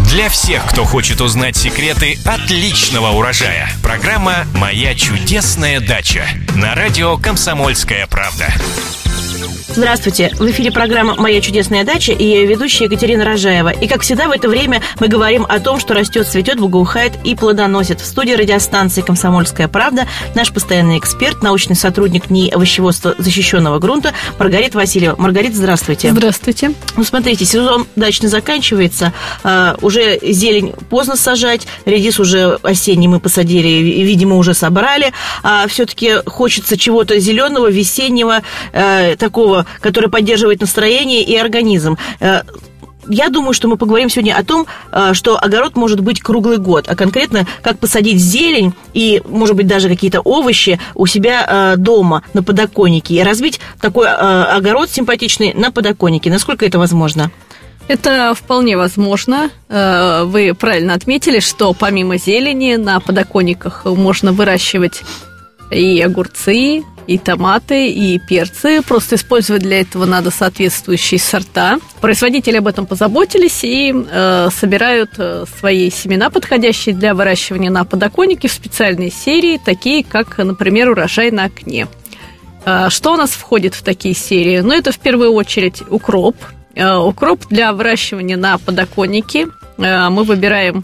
Для всех, кто хочет узнать секреты отличного урожая. Программа «Моя чудесная дача» на радио «Комсомольская правда». Здравствуйте! В эфире программа «Моя чудесная дача» и ее ведущая Екатерина Рожаева. И, как всегда, в это время мы говорим о том, что растет, цветет, благоухает и плодоносит. В студии радиостанции «Комсомольская правда» наш постоянный эксперт, научный сотрудник НИИ овощеводства защищенного грунта Маргарита Васильева. Маргарита, здравствуйте! Здравствуйте! Ну, смотрите, сезон дачный заканчивается, уже зелень поздно сажать, редис уже осенний мы посадили, видимо, уже собрали, а все-таки хочется чего-то зеленого, весеннего, такого, который поддерживает настроение и организм. Я думаю, что мы поговорим сегодня о том, что огород может быть круглый год, а конкретно, как посадить зелень и, может быть, даже какие-то овощи у себя дома на подоконнике и развить такой огород симпатичный на подоконнике. Насколько это возможно? Это вполне возможно. Вы правильно отметили, что помимо зелени на подоконниках можно выращивать и огурцы, и томаты, и перцы. Просто использовать для этого надо соответствующие сорта. Производители об этом позаботились и собирают свои семена, подходящие для выращивания на подоконнике, в специальные серии, такие как, например, «Урожай на окне». Что у нас входит в такие серии? Ну, это в первую очередь укроп. Укроп для выращивания на подоконнике. Мы выбираем,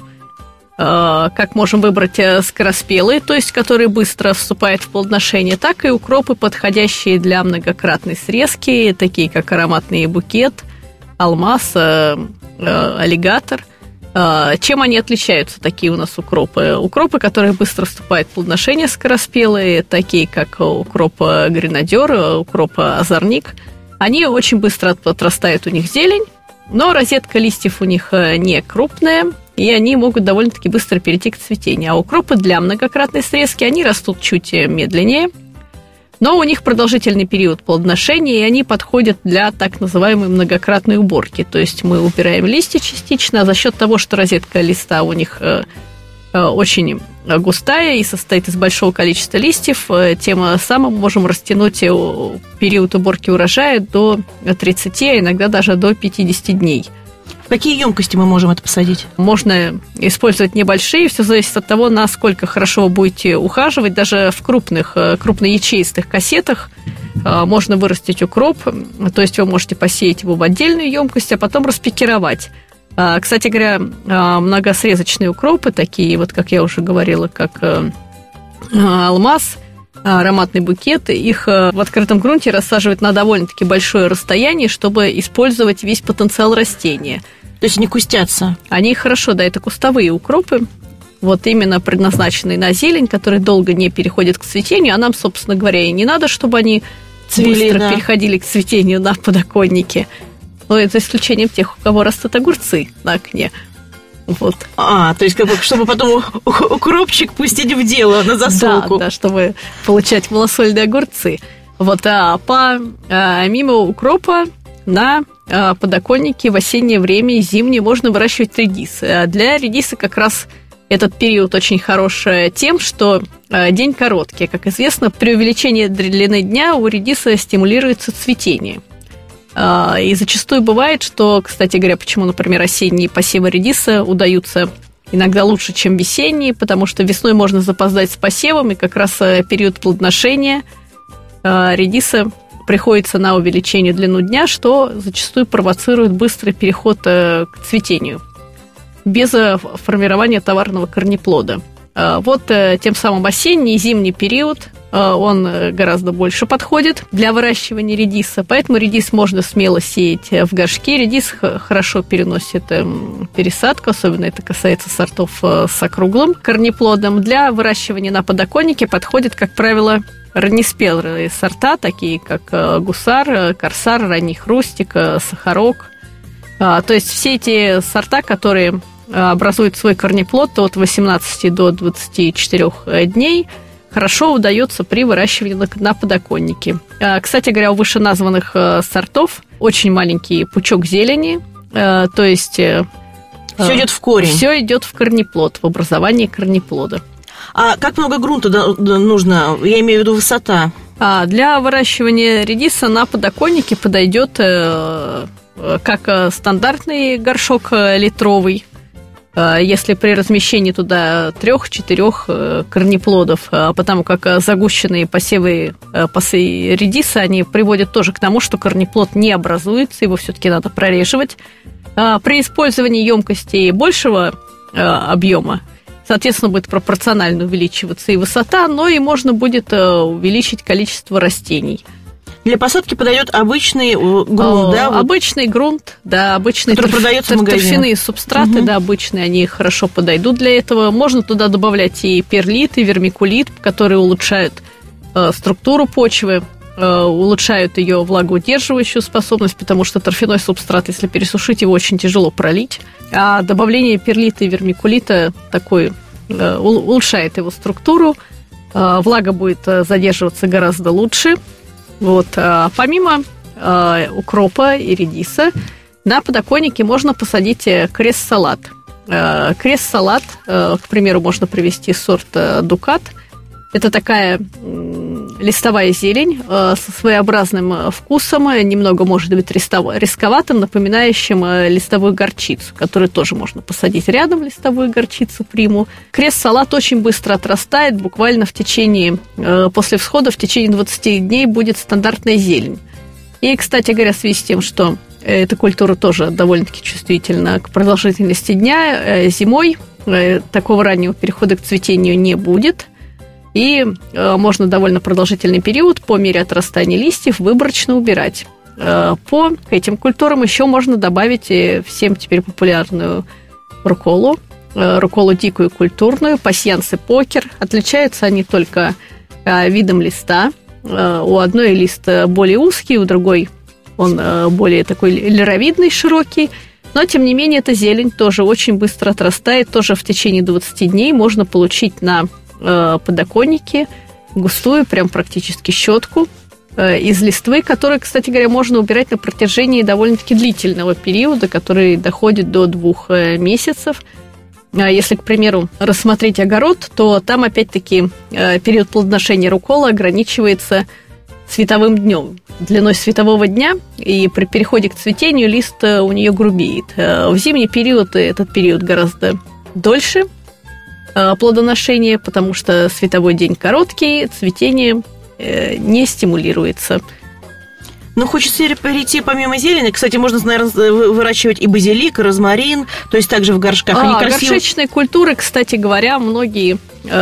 как можем выбрать, скороспелые, то есть которые быстро вступают в плодоношение, так и укропы, подходящие для многократной срезки, такие как ароматный букет, алмаз, аллигатор. Чем они отличаются, такие у нас укропы? Укропы, которые быстро вступают в плодоношение, скороспелые, такие как укроп гренадер, укроп озорник, они очень быстро отрастают, у них зелень, но розетка листьев у них не крупная, и они могут довольно-таки быстро перейти к цветению. А укропы для многократной срезки, они растут чуть медленнее, но у них продолжительный период плодоношения, и они подходят для так называемой многократной уборки. То есть мы убираем листья частично, а за счет того, что розетка листа у них очень густая и состоит из большого количества листьев, тем самым можем растянуть период уборки урожая до 30, а иногда даже до 50 дней. В какие емкости мы можем это посадить? Можно использовать небольшие, все зависит от того, насколько хорошо вы будете ухаживать. Даже в крупноячеистых кассетах можно вырастить укроп, то есть вы можете посеять его в отдельную емкость, а потом распикировать. Кстати говоря, многосрезочные укропы, такие вот, как я уже говорила, как алмаз, ароматный букет, их в открытом грунте рассаживают на довольно-таки большое расстояние, чтобы использовать весь потенциал растения. То есть они кустятся? Они хорошо, да, это кустовые укропы, вот именно предназначенные на зелень, которые долго не переходят к цветению, а нам, собственно говоря, и не надо, чтобы они быстро переходили к цветению на подоконнике. Но это исключением тех, у кого растут огурцы на окне. Вот. То есть, чтобы потом укропчик пустить в дело на засолку. Да, чтобы получать малосольные огурцы. Вот, мимо укропа на подоконнике в осеннее время и зимнее можно выращивать редис. Для редиса как раз этот период очень хорош тем, что день короткий. Как известно, при увеличении длины дня у редиса стимулируется цветение. И зачастую бывает, что, кстати говоря, почему, например, осенние посевы редиса удаются иногда лучше, чем весенние, потому что весной можно запоздать с посевом, и как раз период плодоношения редиса приходится на увеличение длины дня, что зачастую провоцирует быстрый переход к цветению без формирования товарного корнеплода. Вот тем самым осенний и зимний период, он гораздо больше подходит для выращивания редиса, поэтому редис можно смело сеять в горшки. Редис хорошо переносит пересадку, особенно это касается сортов с округлым корнеплодом. Для выращивания на подоконнике подходят, как правило, раннеспелые сорта, такие как гусар, корсар, ранний хрустик, сахарок. То есть все эти сорта, которые образуют свой корнеплод от 18 до 24 дней, хорошо удается при выращивании на подоконнике. Кстати говоря, у вышеназванных сортов очень маленький пучок зелени, то есть все идет в корень. Все идет в корнеплод, в образование корнеплода. А как много грунта нужно? Я имею в виду высота. Для выращивания редиса на подоконнике подойдет как стандартный горшок литровый, Если при размещении туда 3-4 корнеплодов, потому как загущенные посевы редиса, они приводят тоже к тому, что корнеплод не образуется, его все-таки надо прореживать. При использовании емкостей большего объема, соответственно, будет пропорционально увеличиваться и высота, но и можно будет увеличить количество растений. Для посадки подойдет обычный грунт, да? Обычный грунт, да, обычные торфяные субстраты, да, обычные, они хорошо подойдут для этого. Можно туда добавлять и перлит, и вермикулит, которые улучшают структуру почвы, улучшают ее влагоудерживающую способность, потому что торфяной субстрат, если пересушить, его очень тяжело пролить. А добавление перлита и вермикулита улучшает его структуру, влага будет задерживаться гораздо лучше. Вот. Помимо укропа и редиса, на подоконнике можно посадить крест-салат. Крест-салат, к примеру, можно привести сорт Дукат. Это такая листовая зелень со своеобразным вкусом, немного, может быть, рисковатым, напоминающим листовую горчицу, которую тоже можно посадить рядом, листовую горчицу приму. Крест-салат очень быстро отрастает, буквально после всхода в течение 20 дней будет стандартная зелень. И, кстати говоря, в связи с тем, что эта культура тоже довольно-таки чувствительна к продолжительности дня, зимой такого раннего перехода к цветению не будет. И можно довольно продолжительный период по мере отрастания листьев выборочно убирать. По этим культурам еще можно добавить всем теперь популярную рукколу дикую культурную, пасьянс и покер. Отличаются они только видом листа. У одной лист более узкий, у другой он более такой лировидный, широкий. Но, тем не менее, эта зелень тоже очень быстро отрастает. Тоже в течение 20 дней можно получить на подоконнике густую, прям практически щетку из листвы, которую, кстати говоря, можно убирать на протяжении довольно-таки длительного периода, который доходит до 2 месяцев. Если, к примеру, рассмотреть огород, то там, опять-таки, период плодоношения рукколы ограничивается световым днем, длиной светового дня, и при переходе к цветению лист у нее грубеет. В зимний период этот период гораздо дольше плодоношения, потому что световой день короткий, цветение не стимулируется. Но хочется перейти помимо зелени. Кстати, можно, наверное, выращивать и базилик, и розмарин, то есть также в горшках. Они красивые. Горшечные культуры, кстати говоря, многие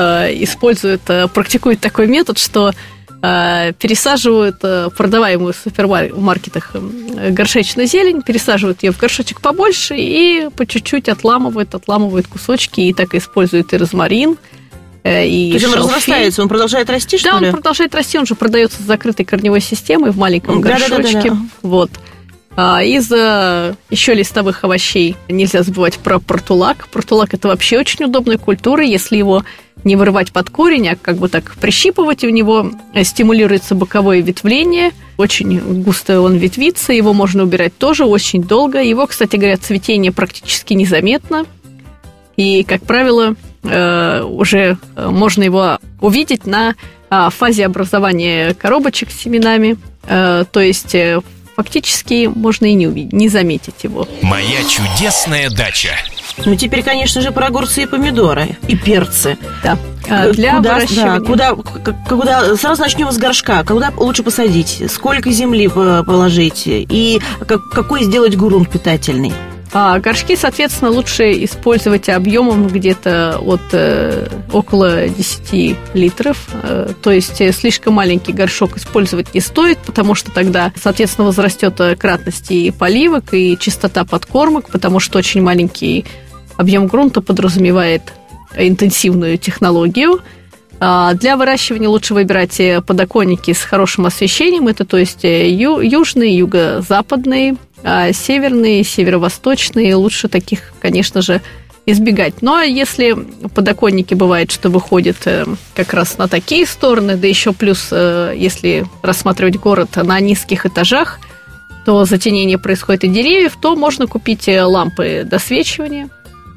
практикуют такой метод, что пересаживают продаваемую в супермаркетах горшечную зелень, пересаживают ее в горшочек побольше и по чуть-чуть отламывают кусочки, и так используют и розмарин, и то есть он разрастается, он продолжает расти, что ли? Да, он продолжает расти, он же продается с закрытой корневой системой в маленьком горшочке. Да. Вот. Из еще листовых овощей нельзя забывать про портулак. Портулак – это вообще очень удобная культура, если его не вырывать под корень, а как бы так прищипывать, у него стимулируется боковое ветвление, очень густо он ветвится, его можно убирать тоже очень долго. Его, кстати говоря, цветение практически незаметно, и, как правило, уже можно его увидеть на фазе образования коробочек с семенами, то есть фактически можно и не заметить его. Моя чудесная дача. Ну, теперь, конечно же, про огурцы и помидоры, и перцы. Да. Для выращивания. Да, куда сразу начнем с горшка. Куда лучше посадить? Сколько земли положить? И какой сделать грунт питательный? Горшки, соответственно, лучше использовать объемом где-то от около 10 литров. То есть слишком маленький горшок использовать не стоит, потому что тогда, соответственно, возрастет кратность и поливок, и частота подкормок, потому что очень маленький объем грунта подразумевает интенсивную технологию. Для выращивания лучше выбирать подоконники с хорошим освещением. Это, то есть, южные, юго-западные, северные, северо-восточные. Лучше таких, конечно же, избегать. Но если подоконники бывает, что выходят как раз на такие стороны, да еще плюс, если рассматривать город на низких этажах, то затенение происходит и деревьев, то можно купить лампы досвечивания.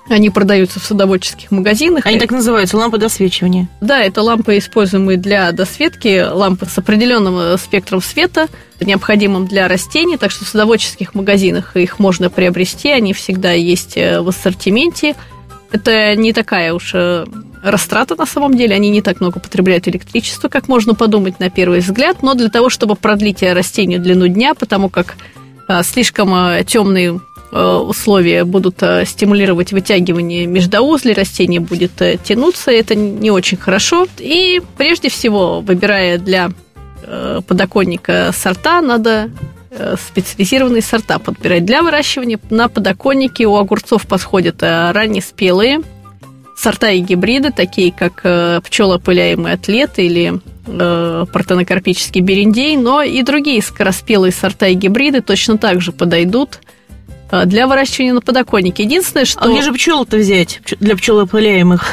Они продаются в садоводческих магазинах. Они так называются, лампы досвечивания. Да, это лампы, используемые для досветки, лампы с определенным спектром света, необходимым для растений, так что в садоводческих магазинах их можно приобрести, они всегда есть в ассортименте. Это не такая уж растрата на самом деле, они не так много потребляют электричества, как можно подумать на первый взгляд, но для того, чтобы продлить растению длину дня, потому как слишком темные условия будут стимулировать вытягивание междоузлей, растение будет тянуться, это не очень хорошо. И прежде всего, выбирая для подоконника сорта, надо специализированные сорта подбирать. Для выращивания на подоконнике у огурцов подходят раннеспелые сорта и гибриды, такие как пчелоопыляемый атлет или партенокарпический бериндей, но и другие скороспелые сорта и гибриды точно так же подойдут для выращивания на подоконнике. Единственное, что... А где же пчел-то взять для пчелоопыляемых?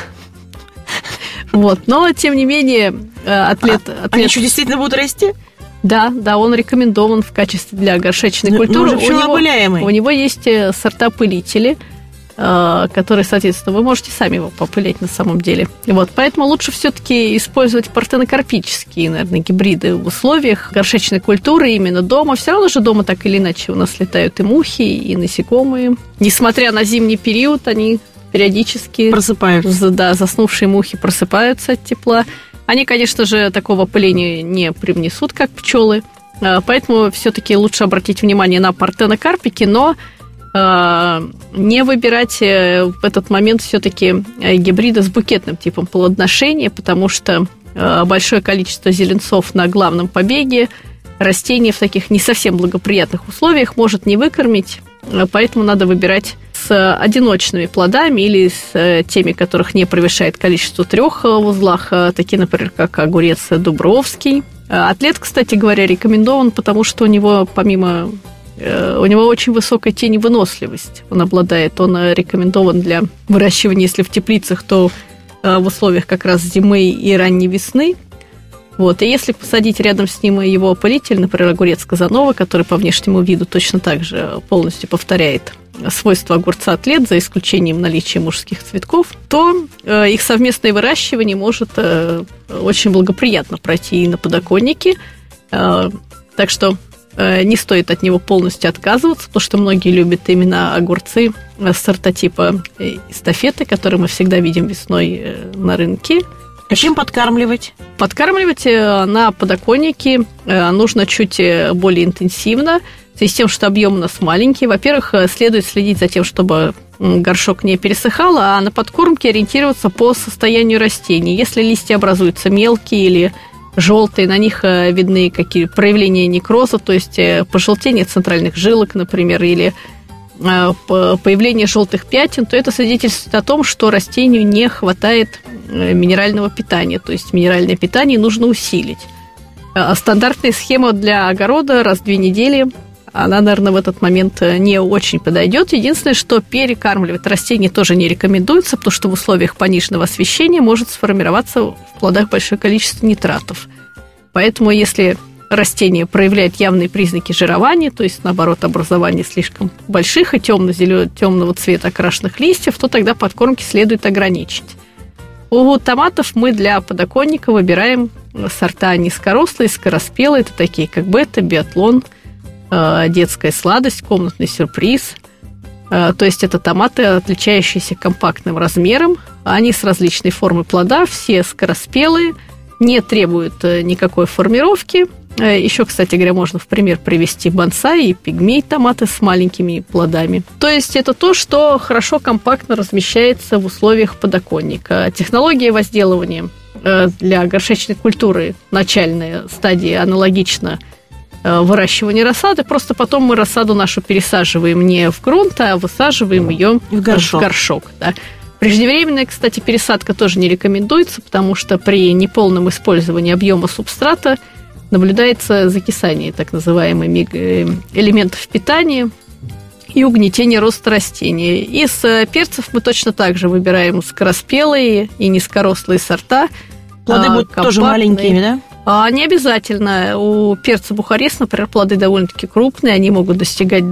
Вот, но, тем не менее, атлет... Они еще действительно будут расти? Да, он рекомендован в качестве для горшечной культуры. У него есть сорта-пылители, которые, соответственно, вы можете сами его попылять на самом деле. Вот, поэтому лучше все-таки использовать партенокарпические, наверное, гибриды в условиях горшечной культуры именно дома. Все равно же дома так или иначе у нас летают и мухи, и насекомые. Несмотря на зимний период, они периодически... Просыпаются. Да, заснувшие мухи просыпаются от тепла. Они, конечно же, такого пыления не привнесут, как пчелы. Поэтому все-таки лучше обратить внимание на партенокарпики, но не выбирать в этот момент все-таки гибриды с букетным типом плодоношения, потому что большое количество зеленцов на главном побеге растение в таких не совсем благоприятных условиях может не выкормить, поэтому надо выбирать с одиночными плодами или с теми, которых не превышает количество 3 в узлах, такие, например, как огурец дубровский. Атлет, кстати говоря, рекомендован, потому что у него очень высокая теневыносливость. Он рекомендован для выращивания, если в теплицах, то в условиях как раз зимы и ранней весны. Вот. И если посадить рядом с ним его опылитель, например, огурец Казанова, который по внешнему виду точно так же полностью повторяет свойства огурца атлет, за исключением наличия мужских цветков, то их совместное выращивание может очень благоприятно пройти и на подоконнике. Так что не стоит от него полностью отказываться, потому что многие любят именно огурцы сортотипа эстафеты, которые мы всегда видим весной на рынке. А чем подкармливать? Подкармливать на подоконнике нужно чуть более интенсивно, в связи с тем, что объем у нас маленький. Во-первых, следует следить за тем, чтобы горшок не пересыхал, а на подкормке ориентироваться по состоянию растений. Если листья образуются мелкие или желтые, на них видны какие проявления некроза, то есть пожелтение центральных жилок, например, или появление желтых пятен, то это свидетельствует о том, что растению не хватает минерального питания, то есть минеральное питание нужно усилить. Стандартная схема для огорода раз в 2 недели, она, наверное, в этот момент не очень подойдет. Единственное, что перекармливать растения тоже не рекомендуется, потому что в условиях пониженного освещения может сформироваться в плодах большое количество нитратов. Поэтому, если растение проявляет явные признаки жирования, то есть, наоборот, образование слишком больших и темного цвета окрашенных листьев, то тогда подкормки следует ограничить. У томатов мы для подоконника выбираем сорта низкорослые, скороспелые. Это такие, как бета, биатлон, детская сладость, комнатный сюрприз. То есть это томаты, отличающиеся компактным размером. Они с различной формой плода, все скороспелые, не требуют никакой формировки. Еще, кстати говоря, можно в пример привести бонсай и пигмей томаты с маленькими плодами. То есть это то, что хорошо компактно размещается в условиях подоконника. Технология возделывания для горшечной культуры, начальная стадия, аналогична выращиванию рассады, просто потом мы рассаду нашу пересаживаем не в грунт, а высаживаем ее в горшок. Да. Преждевременная, кстати, пересадка тоже не рекомендуется, потому что при неполном использовании объема субстрата наблюдается закисание так называемых элементов питания и угнетение роста растения. Из перцев мы точно так же выбираем скороспелые и низкорослые сорта. Плоды будут тоже маленькими, да? Не обязательно. У перца Бухарест, например, плоды довольно-таки крупные, они могут достигать до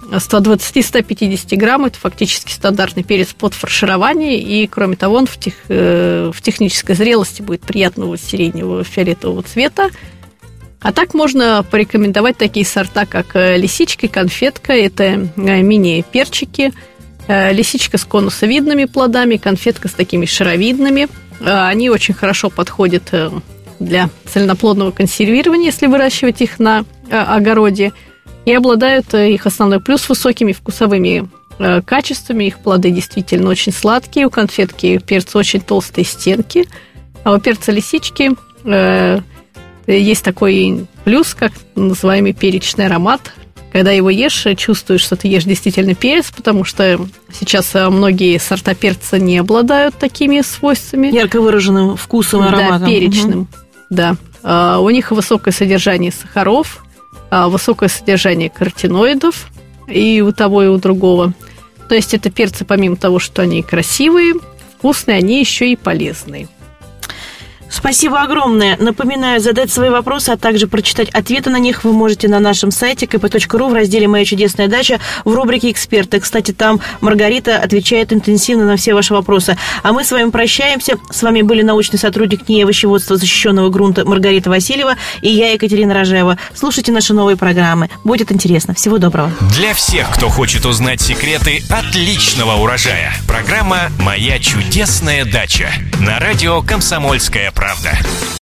120-150 грамм. Это фактически стандартный перец под фарширование. И, кроме того, он в технической зрелости будет приятного сиреневого фиолетового цвета. А так можно порекомендовать такие сорта, как лисичка и конфетка. Это мини-перчики. Лисичка с конусовидными плодами, конфетка с такими шаровидными. Они очень хорошо подходят для цельноплодного консервирования, если выращивать их на огороде. И обладают их основной плюс высокими вкусовыми качествами. Их плоды действительно очень сладкие. У конфетки перца очень толстые стенки. А у перца лисички есть такой плюс, как называемый перечный аромат. Когда его ешь, чувствуешь, что ты ешь действительно перец, потому что сейчас многие сорта перца не обладают такими свойствами. Ярко выраженным вкусом и ароматом. Да, перечным. Да. У них высокое содержание сахаров, высокое содержание каротиноидов и у того, и у другого. То есть это перцы, помимо того, что они красивые, вкусные, они еще и полезные. Спасибо огромное. Напоминаю, задать свои вопросы, а также прочитать ответы на них вы можете на нашем сайте kp.ru в разделе «Моя чудесная дача» в рубрике «Эксперты». Кстати, там Маргарита отвечает интенсивно на все ваши вопросы. А мы с вами прощаемся. С вами были научный сотрудник НИИ овощеводства защищенного грунта Маргарита Васильева и я, Екатерина Рожаева. Слушайте наши новые программы. Будет интересно. Всего доброго. Для всех, кто хочет узнать секреты отличного урожая. Программа «Моя чудесная дача» на радио «Комсомольская правда».